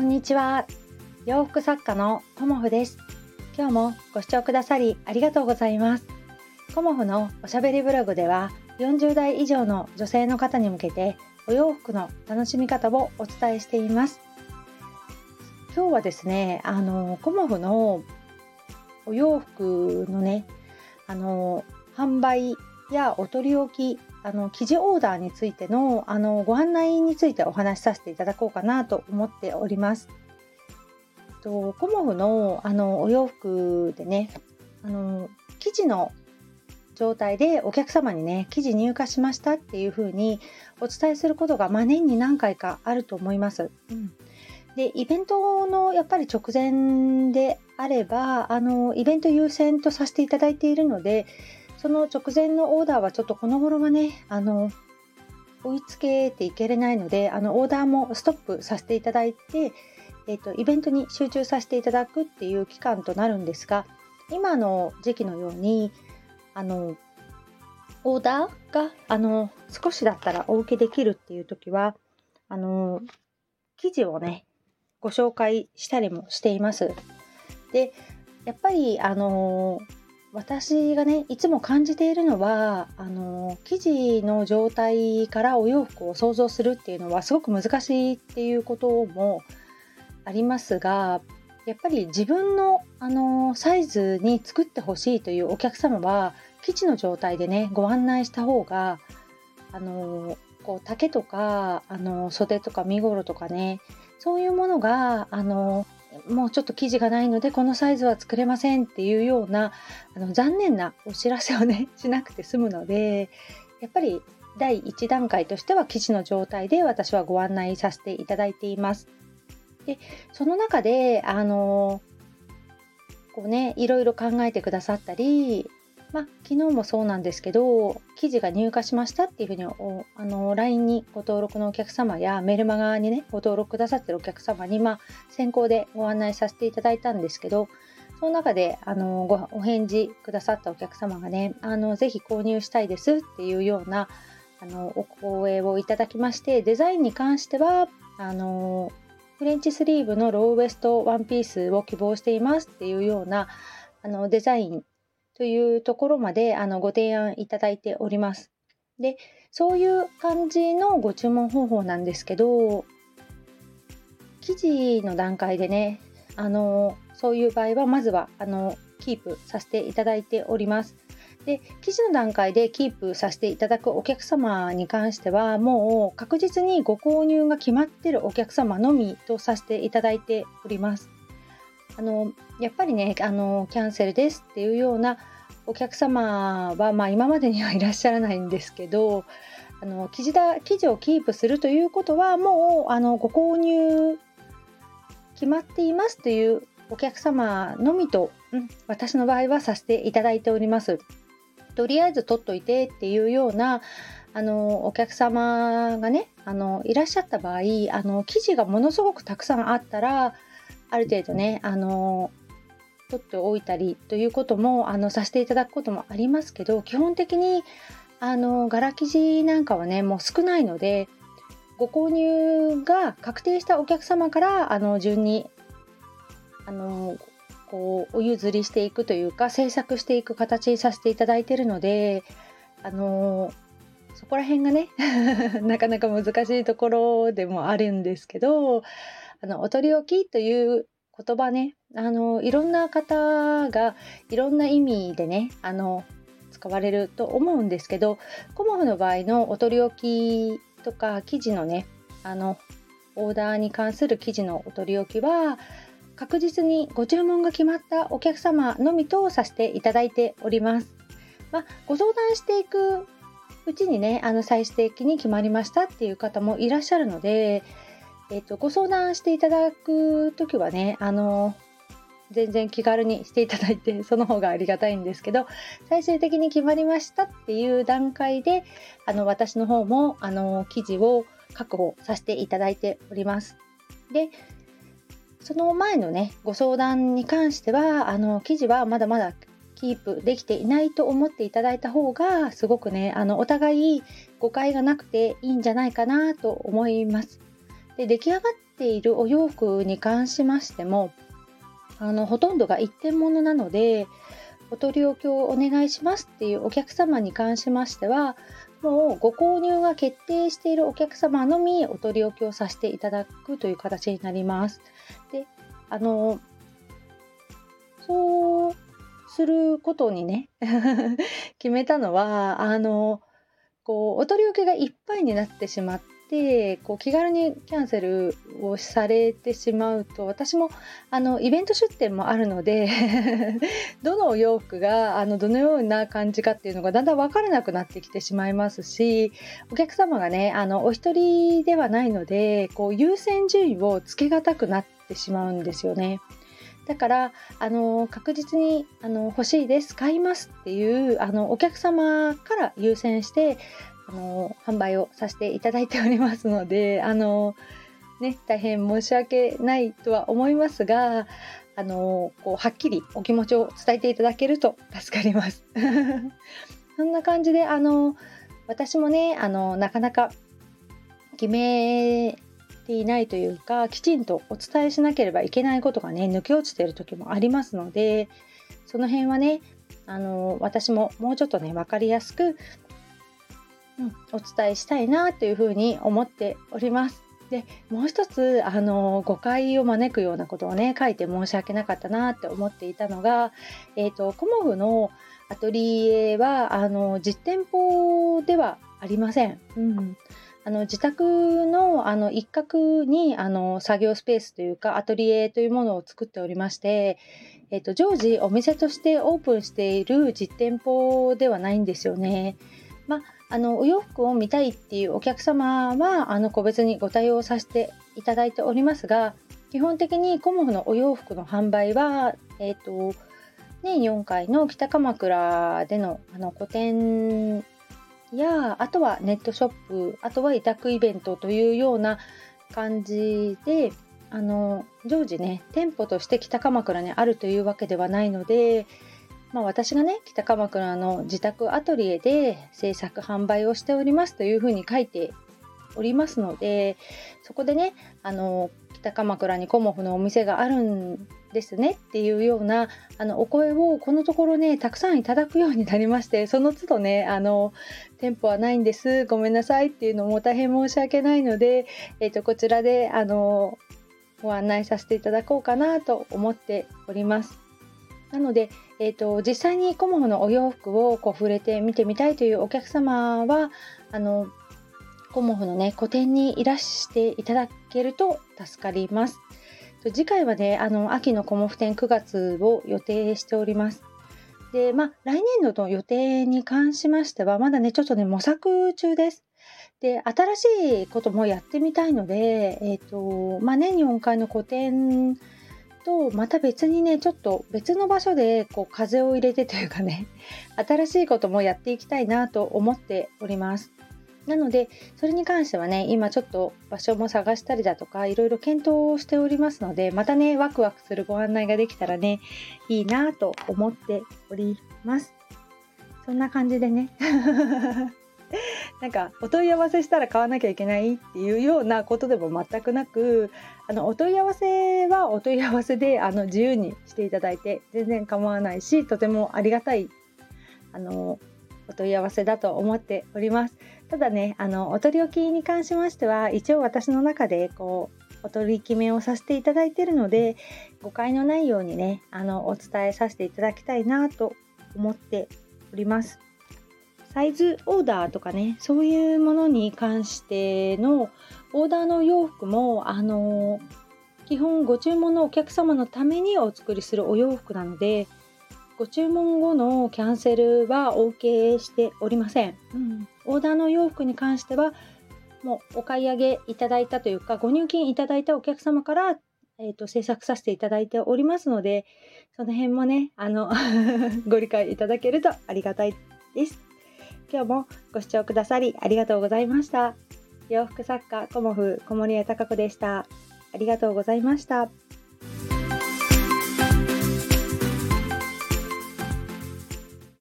にちは。洋服作家のコモフです。今日もご視聴くださりありがとうございます。コモフのおしゃべりブログでは40代以上の女性の方に向けてお洋服の楽しみ方をお伝えしています。今日はですね、コモフのお洋服のね、販売やお取り置き、生地オーダーについての、ご案内についてお話しさせていただこうかなと思っております。コモフの、お洋服でね、生地の状態でお客様にね、生地入荷しましたっていう風にお伝えすることが、年に何回かあると思います。で、イベントのやっぱり直前であれば、イベント優先とさせていただいているので、その直前のオーダーはちょっとこの頃はね、追いつけていけれないので、オーダーもストップさせていただいて、イベントに集中させていただくっていう期間となるんですが、今の時期のように、オーダーが、少しだったらお受けできるっていう時は、生地をね、ご紹介したりもしています。で、やっぱり私がねいつも感じているのは生地の状態からお洋服を想像するっていうのはすごく難しいっていうこともありますが、やっぱり自分のサイズに作ってほしいというお客様は生地の状態でねご案内した方がこう丈とか袖とか身頃とかね、そういうものがもうちょっと生地がないのでこのサイズは作れませんっていうような残念なお知らせをねしなくて済むので、やっぱり第一段階としては生地の状態で私はご案内させていただいています。で、その中でこうねいろいろ考えてくださったり、昨日もそうなんですけど、生地が入荷しましたっていうふうにLINE にご登録のお客様やメルマガにねご登録くださってるお客様に先行でご案内させていただいたんですけど、その中でお返事くださったお客様がねぜひ購入したいですっていうようなお声をいただきまして、デザインに関してはフレンチスリーブのローウエストワンピースを希望していますっていうようなデザインというところまでご提案いただいております。で、そういう感じのご注文方法なんですけど、生地の段階でね、そういう場合はまずはキープさせていただいております。で、生地の段階でキープさせていただくお客様に関してはもう確実にご購入が決まっているお客様のみとさせていただいております。やっぱりねキャンセルですっていうようなお客様は、今までにはいらっしゃらないんですけど、生地をキープするということはもうご購入決まっていますというお客様のみと、私の場合はさせていただいております。とりあえず取っといてっていうようなお客様がねいらっしゃった場合、生地がものすごくたくさんあったらある程度ね取っておいたりということもさせていただくこともありますけど、基本的に柄生地なんかはねもう少ないので、ご購入が確定したお客様から順にこうお譲りしていくというか制作していく形にさせていただいているので、そこら辺がねなかなか難しいところでもあるんですけど、お取り置きという言葉ねいろんな方がいろんな意味でね使われると思うんですけど、コモフの場合のお取り置きとか生地のねオーダーに関する生地のお取り置きは確実にご注文が決まったお客様のみとさせていただいております。ご相談していくうちにね最終的に決まりましたっていう方もいらっしゃるので、ご相談していただくときはね全然気軽にしていただいてその方がありがたいんですけど、最終的に決まりましたっていう段階で私の方も生地を確保させていただいております。で、その前のねご相談に関しては生地はまだまだキープできていないと思っていただいた方がすごくねお互い誤解がなくていいんじゃないかなと思います。 で出来上がっているお洋服に関しましてもほとんどが一点物なので、お取り置きをお願いしますっていうお客様に関しましては、もうご購入が決定しているお客様のみお取り置きをさせていただくという形になります。で、そうすることにね決めたのはお取り置きがいっぱいになってしまって気軽にキャンセルをされてしまうと、私もイベント出店もあるのでどのお洋服がどのような感じかっていうのがだんだん分からなくなってきてしまいますし、お客様がねお一人ではないので優先順位をつけがたくなってしまうんですよね。だから確実に欲しいです買いますっていうお客様から優先して販売をさせていただいておりますので大変申し訳ないとは思いますがはっきりお気持ちを伝えていただけると助かりますそんな感じで私もねなかなか決めていないというか、きちんとお伝えしなければいけないことがね抜け落ちている時もありますので、その辺はね私ももうちょっとね分かりやすく、お伝えしたいなというふうに思っております。でもう一つ誤解を招くようなことをね書いて申し訳なかったなって思っていたのが、コモフのアトリエは実店舗ではありません。自宅の一角に作業スペースというかアトリエというものを作っておりまして、常時お店としてオープンしている実店舗ではないんですよね。お洋服を見たいっていうお客様は個別にご対応させていただいておりますが、基本的にコモフのお洋服の販売は、年4回の北鎌倉での個展やあとはネットショップ、あとは委託イベントというような感じで常時ね店舗として北鎌倉にあるというわけではないので、私がね北鎌倉の自宅アトリエで制作販売をしておりますというふうに書いておりますので、そこでね北鎌倉にコモフのお店があるんですねっていうようなお声をこのところねたくさんいただくようになりまして、その都度ね店舗はないんですごめんなさいっていうのも大変申し訳ないので、こちらでご案内させていただこうかなと思っております。なので、実際にコモフのお洋服を触れて見てみたいというお客様はコモフのね個展にいらしていただけると助かります。次回はね秋のコモフ展9月を予定しております。で来年度の予定に関しましてはまだねちょっとね模索中です。で新しいこともやってみたいので、年に4回の個展とまた別にねちょっと別の場所で風を入れてというかね新しいこともやっていきたいなと思っております。なのでそれに関してはね今ちょっと場所も探したりだとかいろいろ検討をしておりますので、またねワクワクするご案内ができたらねいいなと思っております。そんな感じでねなんかお問い合わせしたら買わなきゃいけないっていうようなことでも全くなく、お問い合わせはお問い合わせで自由にしていただいて全然構わないし、とてもありがたいお問い合わせだと思っております。ただねお取り置きに関しましては一応私の中でお取り決めをさせていただいているので、誤解のないようにねお伝えさせていただきたいなと思っております。サイズオーダーとかねそういうものに関してのオーダーの洋服も基本ご注文のお客様のためにお作りするお洋服なので、ご注文後のキャンセルは OK しておりません。オーダーの洋服に関してはもうお買い上げいただいたというかご入金いただいたお客様から制作させていただいておりますので、その辺もねご理解いただけるとありがたいです。今日もご視聴くださりありがとうございました。洋服作家コモフ小森屋貴子でした。ありがとうございました。